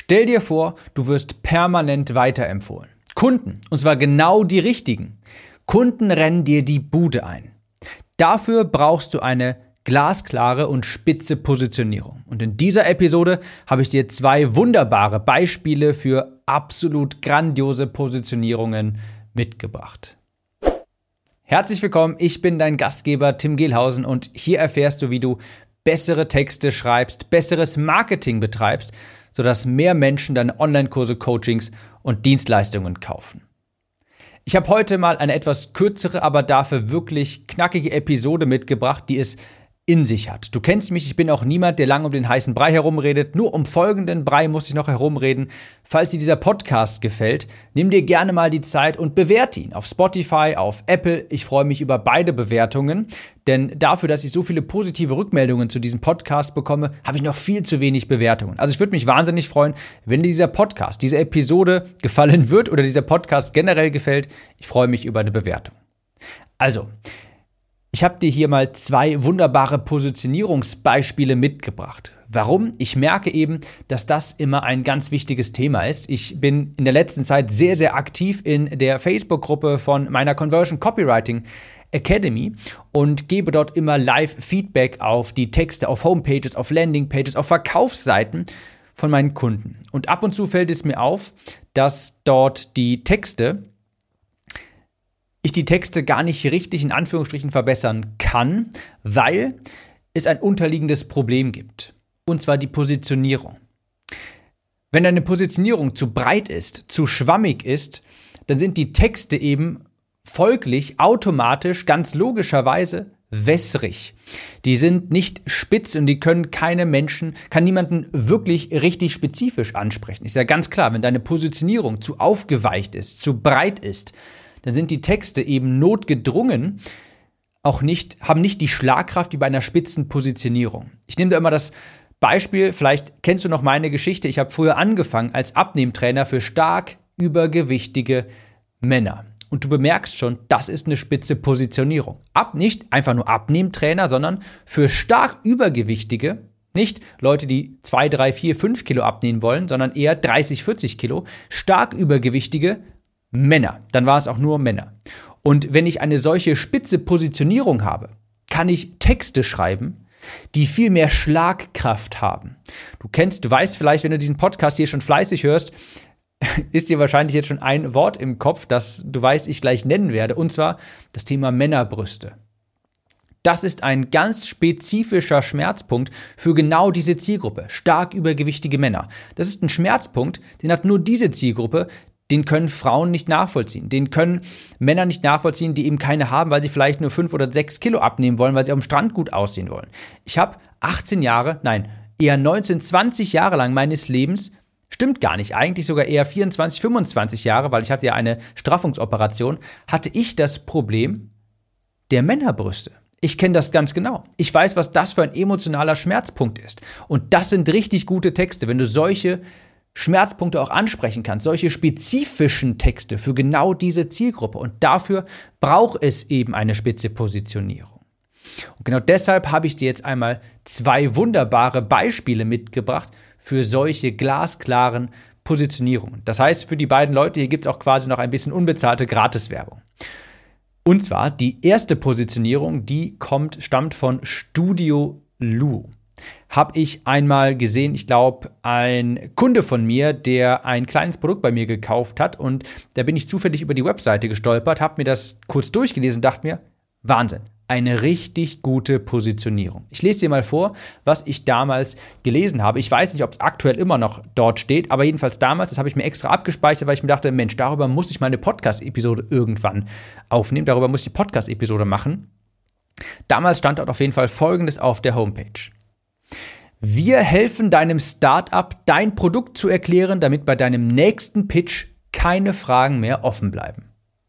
Stell dir vor, du wirst permanent weiterempfohlen. Kunden, und zwar genau die richtigen. Kunden rennen dir die Bude ein. Dafür brauchst du eine glasklare und spitze Positionierung. Und in dieser Episode habe ich dir 2 wunderbare Beispiele für absolut grandiose Positionierungen mitgebracht. Herzlich willkommen, ich bin dein Gastgeber Tim Gehlhausen und hier erfährst du, wie du bessere Texte schreibst, besseres Marketing betreibst, sodass mehr Menschen deine Online-Kurse, Coachings und Dienstleistungen kaufen. Ich habe heute mal eine etwas kürzere, aber dafür wirklich knackige Episode mitgebracht, die es in sich hat. Du kennst mich, ich bin auch niemand, der lange um den heißen Brei herumredet. Nur um folgenden Brei muss ich noch herumreden. Falls dir dieser Podcast gefällt, nimm dir gerne mal die Zeit und bewerte ihn auf Spotify, auf Apple. Ich freue mich über beide Bewertungen, denn dafür, dass ich so viele positive Rückmeldungen zu diesem Podcast bekomme, habe ich noch viel zu wenig Bewertungen. Also ich würde mich wahnsinnig freuen, wenn dir dieser Podcast, diese Episode gefallen wird oder dieser Podcast generell gefällt. Ich freue mich über eine Bewertung. Also, ich habe dir hier mal 2 wunderbare Positionierungsbeispiele mitgebracht. Warum? Ich merke eben, dass das immer ein ganz wichtiges Thema ist. Ich bin in der letzten Zeit sehr, sehr aktiv in der Facebook-Gruppe von meiner Conversion Copywriting Academy und gebe dort immer Live-Feedback auf die Texte, auf Homepages, auf Landingpages, auf Verkaufsseiten von meinen Kunden. Und ab und zu fällt es mir auf, dass dort ich die Texte gar nicht richtig in Anführungsstrichen verbessern kann, weil es ein unterliegendes Problem gibt. Und zwar die Positionierung. Wenn deine Positionierung zu breit ist, zu schwammig ist, dann sind die Texte eben folglich automatisch, ganz logischerweise wässrig. Die sind nicht spitz und die können niemanden wirklich richtig spezifisch ansprechen. Ist ja ganz klar, wenn deine Positionierung zu aufgeweicht ist, zu breit ist, dann sind die Texte eben notgedrungen haben nicht die Schlagkraft wie bei einer spitzen Positionierung. Ich nehme da immer das Beispiel, vielleicht kennst du noch meine Geschichte, ich habe früher angefangen als Abnehmtrainer für stark übergewichtige Männer. Und du bemerkst schon, das ist eine spitze Positionierung. Nicht einfach nur Abnehmtrainer, sondern für stark übergewichtige, nicht Leute, die 2, 3, 4, 5 Kilo abnehmen wollen, sondern eher 30, 40 Kilo, stark übergewichtige Männer. Dann war es auch nur Männer. Und wenn ich eine solche spitze Positionierung habe, kann ich Texte schreiben, die viel mehr Schlagkraft haben. Du weißt vielleicht, wenn du diesen Podcast hier schon fleißig hörst, ist dir wahrscheinlich jetzt schon ein Wort im Kopf, das du weißt, ich gleich nennen werde, und zwar das Thema Männerbrüste. Das ist ein ganz spezifischer Schmerzpunkt für genau diese Zielgruppe, stark übergewichtige Männer. Das ist ein Schmerzpunkt, den hat nur diese Zielgruppe. Den können Frauen nicht nachvollziehen. Den können Männer nicht nachvollziehen, die eben keine haben, weil sie vielleicht nur 5 oder 6 Kilo abnehmen wollen, weil sie am Strand gut aussehen wollen. Ich habe 19, 20 Jahre lang meines Lebens, stimmt gar nicht, eigentlich sogar eher 24, 25 Jahre, weil ich hatte ja eine Straffungsoperation, hatte ich das Problem der Männerbrüste. Ich kenne das ganz genau. Ich weiß, was das für ein emotionaler Schmerzpunkt ist. Und das sind richtig gute Texte, wenn du solche Schmerzpunkte auch ansprechen kannst, solche spezifischen Texte für genau diese Zielgruppe. Und dafür braucht es eben eine spitze Positionierung. Und genau deshalb habe ich dir jetzt einmal 2 wunderbare Beispiele mitgebracht für solche glasklaren Positionierungen. Das heißt, für die beiden Leute, hier gibt es auch quasi noch ein bisschen unbezahlte Gratiswerbung. Und zwar die erste Positionierung, die stammt von Studio Lu. Habe ich einmal gesehen, ich glaube, ein Kunde von mir, der ein kleines Produkt bei mir gekauft hat, und da bin ich zufällig über die Webseite gestolpert, habe mir das kurz durchgelesen und dachte mir, Wahnsinn, eine richtig gute Positionierung. Ich lese dir mal vor, was ich damals gelesen habe. Ich weiß nicht, ob es aktuell immer noch dort steht, aber jedenfalls damals, das habe ich mir extra abgespeichert, weil ich mir dachte, Mensch, darüber muss ich mal eine Podcast-Episode irgendwann aufnehmen, darüber muss ich die Podcast-Episode machen. Damals stand dort auf jeden Fall Folgendes auf der Homepage. Wir helfen deinem Startup, dein Produkt zu erklären, damit bei deinem nächsten Pitch keine Fragen mehr offen bleiben.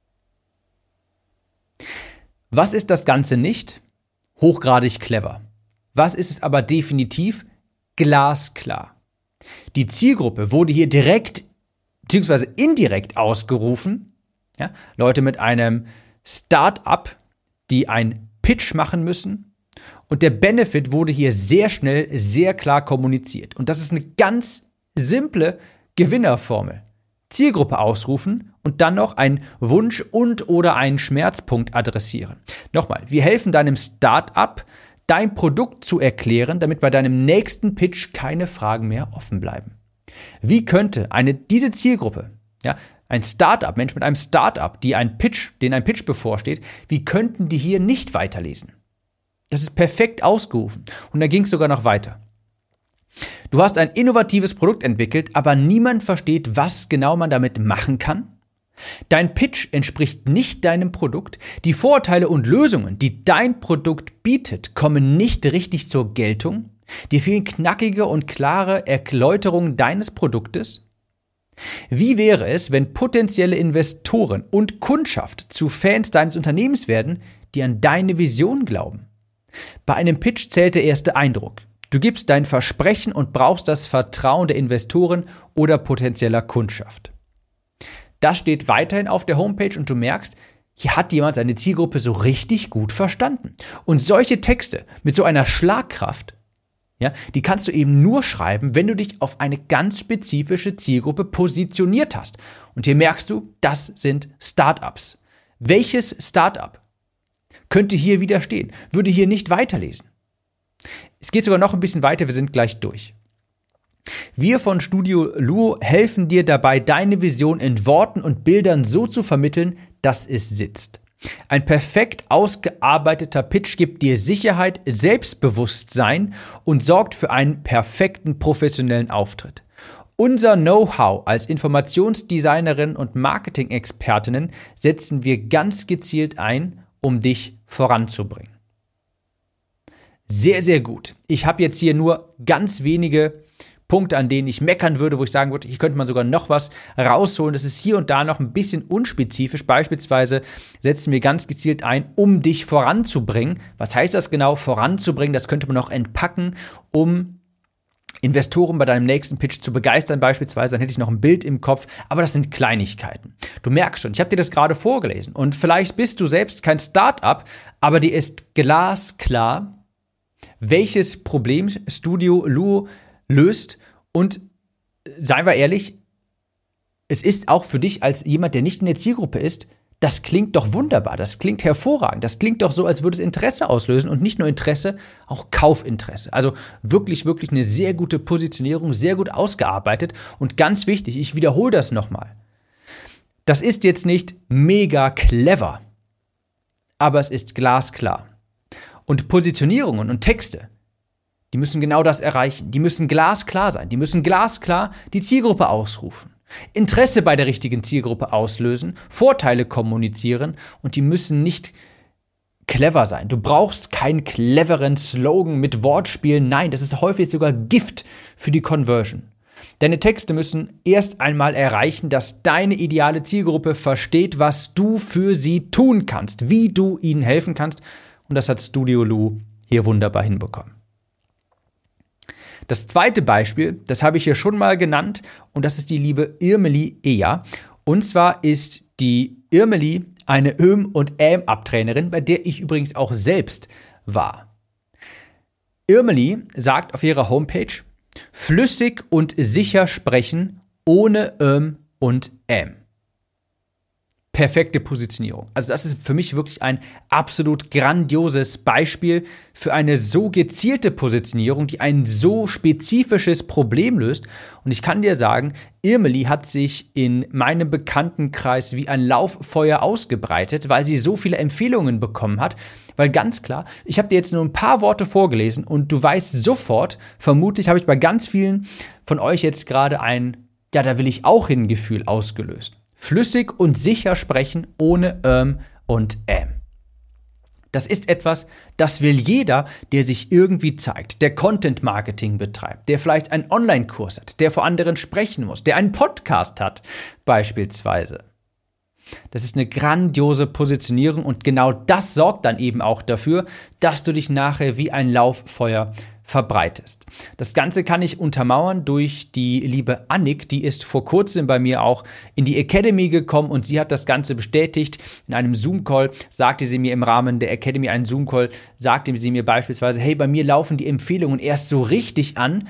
Was ist das Ganze nicht? Hochgradig clever. Was ist es aber definitiv? Glasklar. Die Zielgruppe wurde hier direkt bzw. indirekt ausgerufen. Ja, Leute mit einem Startup, die einen Pitch machen müssen. Und der Benefit wurde hier sehr schnell, sehr klar kommuniziert. Und das ist eine ganz simple Gewinnerformel. Zielgruppe ausrufen und dann noch einen Wunsch und/oder einen Schmerzpunkt adressieren. Nochmal, wir helfen deinem Start-up, dein Produkt zu erklären, damit bei deinem nächsten Pitch keine Fragen mehr offen bleiben. Wie könnte diese Zielgruppe, ein Start-up, Mensch mit einem Start-up, denen ein Pitch bevorsteht, wie könnten die hier nicht weiterlesen? Das ist perfekt ausgerufen. Und da ging es sogar noch weiter. Du hast ein innovatives Produkt entwickelt, aber niemand versteht, was genau man damit machen kann. Dein Pitch entspricht nicht deinem Produkt. Die Vorteile und Lösungen, die dein Produkt bietet, kommen nicht richtig zur Geltung. Dir fehlen knackige und klare Erläuterungen deines Produktes. Wie wäre es, wenn potenzielle Investoren und Kundschaft zu Fans deines Unternehmens werden, die an deine Vision glauben? Bei einem Pitch zählt der erste Eindruck. Du gibst dein Versprechen und brauchst das Vertrauen der Investoren oder potenzieller Kundschaft. Das steht weiterhin auf der Homepage und du merkst, hier hat jemand seine Zielgruppe so richtig gut verstanden. Und solche Texte mit so einer Schlagkraft, die kannst du eben nur schreiben, wenn du dich auf eine ganz spezifische Zielgruppe positioniert hast. Und hier merkst du, das sind Startups. Welches Startup könnte hier widerstehen, würde hier nicht weiterlesen? Es geht sogar noch ein bisschen weiter, wir sind gleich durch. Wir von Studio Luo helfen dir dabei, deine Vision in Worten und Bildern so zu vermitteln, dass es sitzt. Ein perfekt ausgearbeiteter Pitch gibt dir Sicherheit, Selbstbewusstsein und sorgt für einen perfekten professionellen Auftritt. Unser Know-how als Informationsdesignerinnen und Marketing-Expertinnen setzen wir ganz gezielt ein, um dich voranzubringen. Sehr, sehr gut. Ich habe jetzt hier nur ganz wenige Punkte, an denen ich meckern würde, wo ich sagen würde, hier könnte man sogar noch was rausholen. Das ist hier und da noch ein bisschen unspezifisch. Beispielsweise setzen wir ganz gezielt ein, um dich voranzubringen. Was heißt das genau, voranzubringen? Das könnte man noch entpacken, um Investoren bei deinem nächsten Pitch zu begeistern beispielsweise. Dann hätte ich noch ein Bild im Kopf. Aber das sind Kleinigkeiten. Du merkst schon, ich habe dir das gerade vorgelesen. Und vielleicht bist du selbst kein Start-up, aber dir ist glasklar, welches Problem Studio Luo löst, und seien wir ehrlich, es ist auch für dich als jemand, der nicht in der Zielgruppe ist, das klingt doch wunderbar, das klingt hervorragend, das klingt doch so, als würde es Interesse auslösen und nicht nur Interesse, auch Kaufinteresse. Also wirklich, wirklich eine sehr gute Positionierung, sehr gut ausgearbeitet und ganz wichtig, ich wiederhole das nochmal. Das ist jetzt nicht mega clever, aber es ist glasklar. Und Positionierungen und Texte, die müssen genau das erreichen. Die müssen glasklar sein. Die müssen glasklar die Zielgruppe ausrufen. Interesse bei der richtigen Zielgruppe auslösen, Vorteile kommunizieren und die müssen nicht clever sein. Du brauchst keinen cleveren Slogan mit Wortspielen. Nein, das ist häufig sogar Gift für die Conversion. Deine Texte müssen erst einmal erreichen, dass deine ideale Zielgruppe versteht, was du für sie tun kannst, wie du ihnen helfen kannst. Und das hat Studio Luo hier wunderbar hinbekommen. Das zweite Beispiel, das habe ich hier schon mal genannt, und das ist die liebe Irmeli Eja. Und zwar ist die Irmeli eine Öm- und Äm-Abtrainerin, bei der ich übrigens auch selbst war. Irmeli sagt auf ihrer Homepage, flüssig und sicher sprechen ohne Öm und Äm. Perfekte Positionierung. Also das ist für mich wirklich ein absolut grandioses Beispiel für eine so gezielte Positionierung, die ein so spezifisches Problem löst. Und ich kann dir sagen, Irmeli hat sich in meinem Bekanntenkreis wie ein Lauffeuer ausgebreitet, weil sie so viele Empfehlungen bekommen hat. Weil ganz klar, ich habe dir jetzt nur ein paar Worte vorgelesen und du weißt sofort, vermutlich habe ich bei ganz vielen von euch jetzt gerade ein, ja, da will ich auch hin Gefühl ausgelöst. Flüssig und sicher sprechen ohne und Das ist etwas, das will jeder, der sich irgendwie zeigt, der Content-Marketing betreibt, der vielleicht einen Online-Kurs hat, der vor anderen sprechen muss, der einen Podcast hat beispielsweise. Das ist eine grandiose Positionierung und genau das sorgt dann eben auch dafür, dass du dich nachher wie ein Lauffeuer verbreitest. Das Ganze kann ich untermauern durch die liebe Annik, die ist vor kurzem bei mir auch in die Academy gekommen und sie hat das Ganze bestätigt. In einem Zoom-Call sagte sie mir im Rahmen der Academy, einen Zoom-Call, sagte sie mir beispielsweise, hey, bei mir laufen die Empfehlungen erst so richtig an,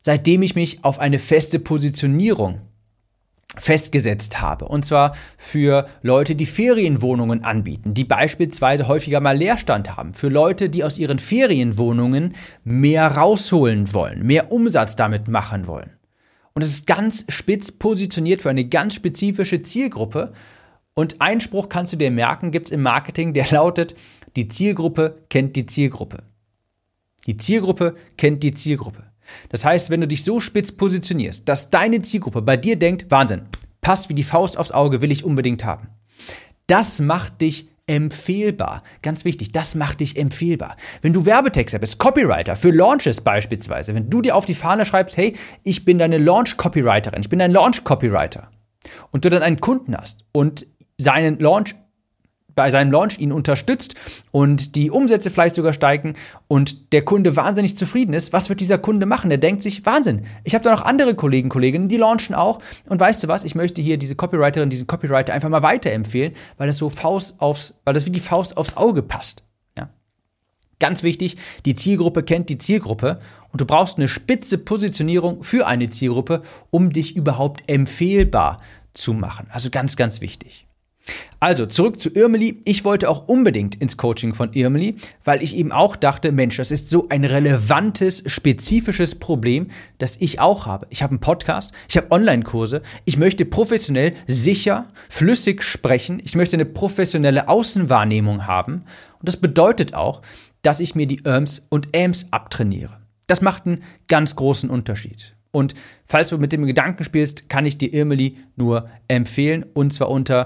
seitdem ich mich auf eine feste Positionierung festgesetzt habe. Und zwar für Leute, die Ferienwohnungen anbieten, die beispielsweise häufiger mal Leerstand haben. Für Leute, die aus ihren Ferienwohnungen mehr rausholen wollen, mehr Umsatz damit machen wollen. Und es ist ganz spitz positioniert für eine ganz spezifische Zielgruppe. Und einen Spruch kannst du dir merken, gibt es im Marketing, der lautet: Die Zielgruppe kennt die Zielgruppe. Die Zielgruppe kennt die Zielgruppe. Das heißt, wenn du dich so spitz positionierst, dass deine Zielgruppe bei dir denkt: Wahnsinn, passt wie die Faust aufs Auge, will ich unbedingt haben. Das macht dich empfehlbar. Ganz wichtig, das macht dich empfehlbar. Wenn du Werbetexter bist, Copywriter, für Launches beispielsweise, wenn du dir auf die Fahne schreibst: Hey, ich bin deine Launch-Copywriterin, ich bin dein Launch-Copywriter, und du dann einen Kunden hast und bei seinem Launch ihn unterstützt und die Umsätze vielleicht sogar steigen und der Kunde wahnsinnig zufrieden ist, was wird dieser Kunde machen? Der denkt sich: Wahnsinn, ich habe da noch andere Kolleginnen, die launchen auch, und weißt du was, ich möchte hier diese Copywriterin, diesen Copywriter einfach mal weiterempfehlen, weil das wie die Faust aufs Auge passt. Ja? Ganz wichtig, die Zielgruppe kennt die Zielgruppe und du brauchst eine spitze Positionierung für eine Zielgruppe, um dich überhaupt empfehlbar zu machen. Also ganz, ganz wichtig. Also zurück zu Irmeli. Ich wollte auch unbedingt ins Coaching von Irmeli, weil ich eben auch dachte: Mensch, das ist so ein relevantes, spezifisches Problem, das ich auch habe. Ich habe einen Podcast, ich habe Online-Kurse, ich möchte professionell, sicher, flüssig sprechen, ich möchte eine professionelle Außenwahrnehmung haben, und das bedeutet auch, dass ich mir die Irms und Äms abtrainiere. Das macht einen ganz großen Unterschied. Und falls du mit dem Gedanken spielst, kann ich dir Irmeli nur empfehlen, und zwar unter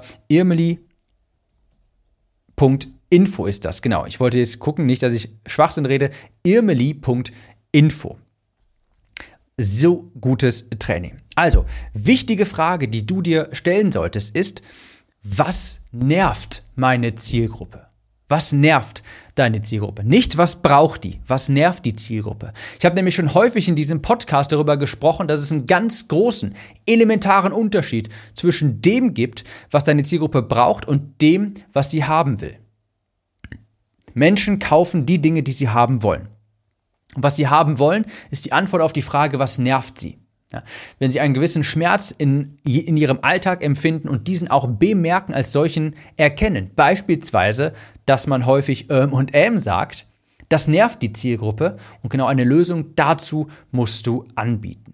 irmeli.info ist das. Genau, ich wollte jetzt gucken, nicht, dass ich Schwachsinn rede. irmeli.info. So gutes Training. Also, wichtige Frage, die du dir stellen solltest, ist: Was nervt meine Zielgruppe? Was nervt deine Zielgruppe? Nicht, was braucht die? Was nervt die Zielgruppe? Ich habe nämlich schon häufig in diesem Podcast darüber gesprochen, dass es einen ganz großen, elementaren Unterschied zwischen dem gibt, was deine Zielgruppe braucht, und dem, was sie haben will. Menschen kaufen die Dinge, die sie haben wollen. Und was sie haben wollen, ist die Antwort auf die Frage: Was nervt sie? Ja, wenn sie einen gewissen Schmerz in ihrem Alltag empfinden und diesen auch bemerken, als solchen erkennen. Beispielsweise, dass man häufig und sagt, das nervt die Zielgruppe, und genau eine Lösung dazu musst du anbieten.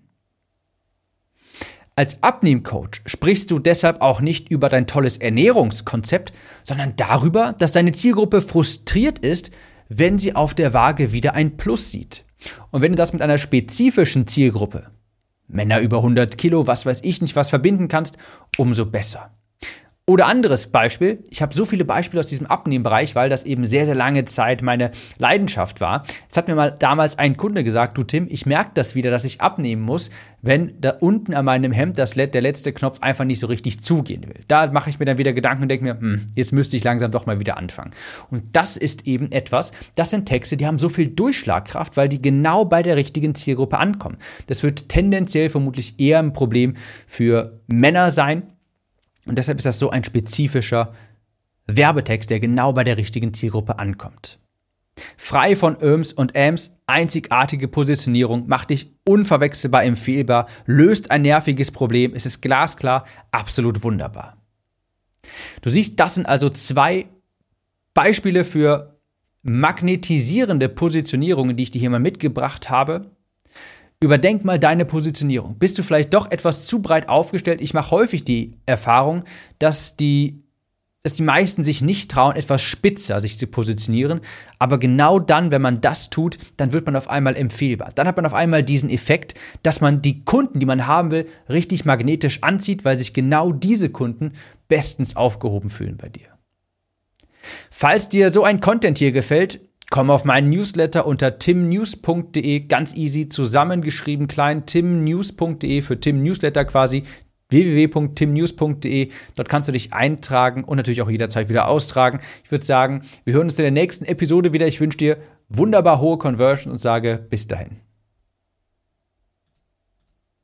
Als Abnehmcoach sprichst du deshalb auch nicht über dein tolles Ernährungskonzept, sondern darüber, dass deine Zielgruppe frustriert ist, wenn sie auf der Waage wieder ein Plus sieht. Und wenn du das mit einer spezifischen Zielgruppe, Männer über 100 Kilo, was weiß ich nicht, was verbinden kannst, umso besser. Oder anderes Beispiel: Ich habe so viele Beispiele aus diesem Abnehmbereich, weil das eben sehr, sehr lange Zeit meine Leidenschaft war. Es hat mir mal damals ein Kunde gesagt: Du Tim, ich merke das wieder, dass ich abnehmen muss, wenn da unten an meinem Hemd der letzte Knopf einfach nicht so richtig zugehen will. Da mache ich mir dann wieder Gedanken und denke mir, jetzt müsste ich langsam doch mal wieder anfangen. Und das ist eben etwas, das sind Texte, die haben so viel Durchschlagkraft, weil die genau bei der richtigen Zielgruppe ankommen. Das wird tendenziell vermutlich eher ein Problem für Männer sein. Und deshalb ist das so ein spezifischer Werbetext, der genau bei der richtigen Zielgruppe ankommt. Frei von Irms und Äms, einzigartige Positionierung, macht dich unverwechselbar empfehlbar, löst ein nerviges Problem, es ist glasklar, absolut wunderbar. Du siehst, das sind also 2 Beispiele für magnetisierende Positionierungen, die ich dir hier mal mitgebracht habe. Überdenk mal deine Positionierung. Bist du vielleicht doch etwas zu breit aufgestellt? Ich mache häufig die Erfahrung, dass die meisten sich nicht trauen, etwas spitzer sich zu positionieren. Aber genau dann, wenn man das tut, dann wird man auf einmal empfehlbar. Dann hat man auf einmal diesen Effekt, dass man die Kunden, die man haben will, richtig magnetisch anzieht, weil sich genau diese Kunden bestens aufgehoben fühlen bei dir. Falls dir so ein Content hier gefällt, komm auf meinen Newsletter unter timnews.de, ganz easy, zusammengeschrieben klein, timnews.de für Tim Newsletter quasi, www.timnews.de. Dort kannst du dich eintragen und natürlich auch jederzeit wieder austragen. Ich würde sagen, wir hören uns in der nächsten Episode wieder. Ich wünsche dir wunderbar hohe Conversion und sage bis dahin.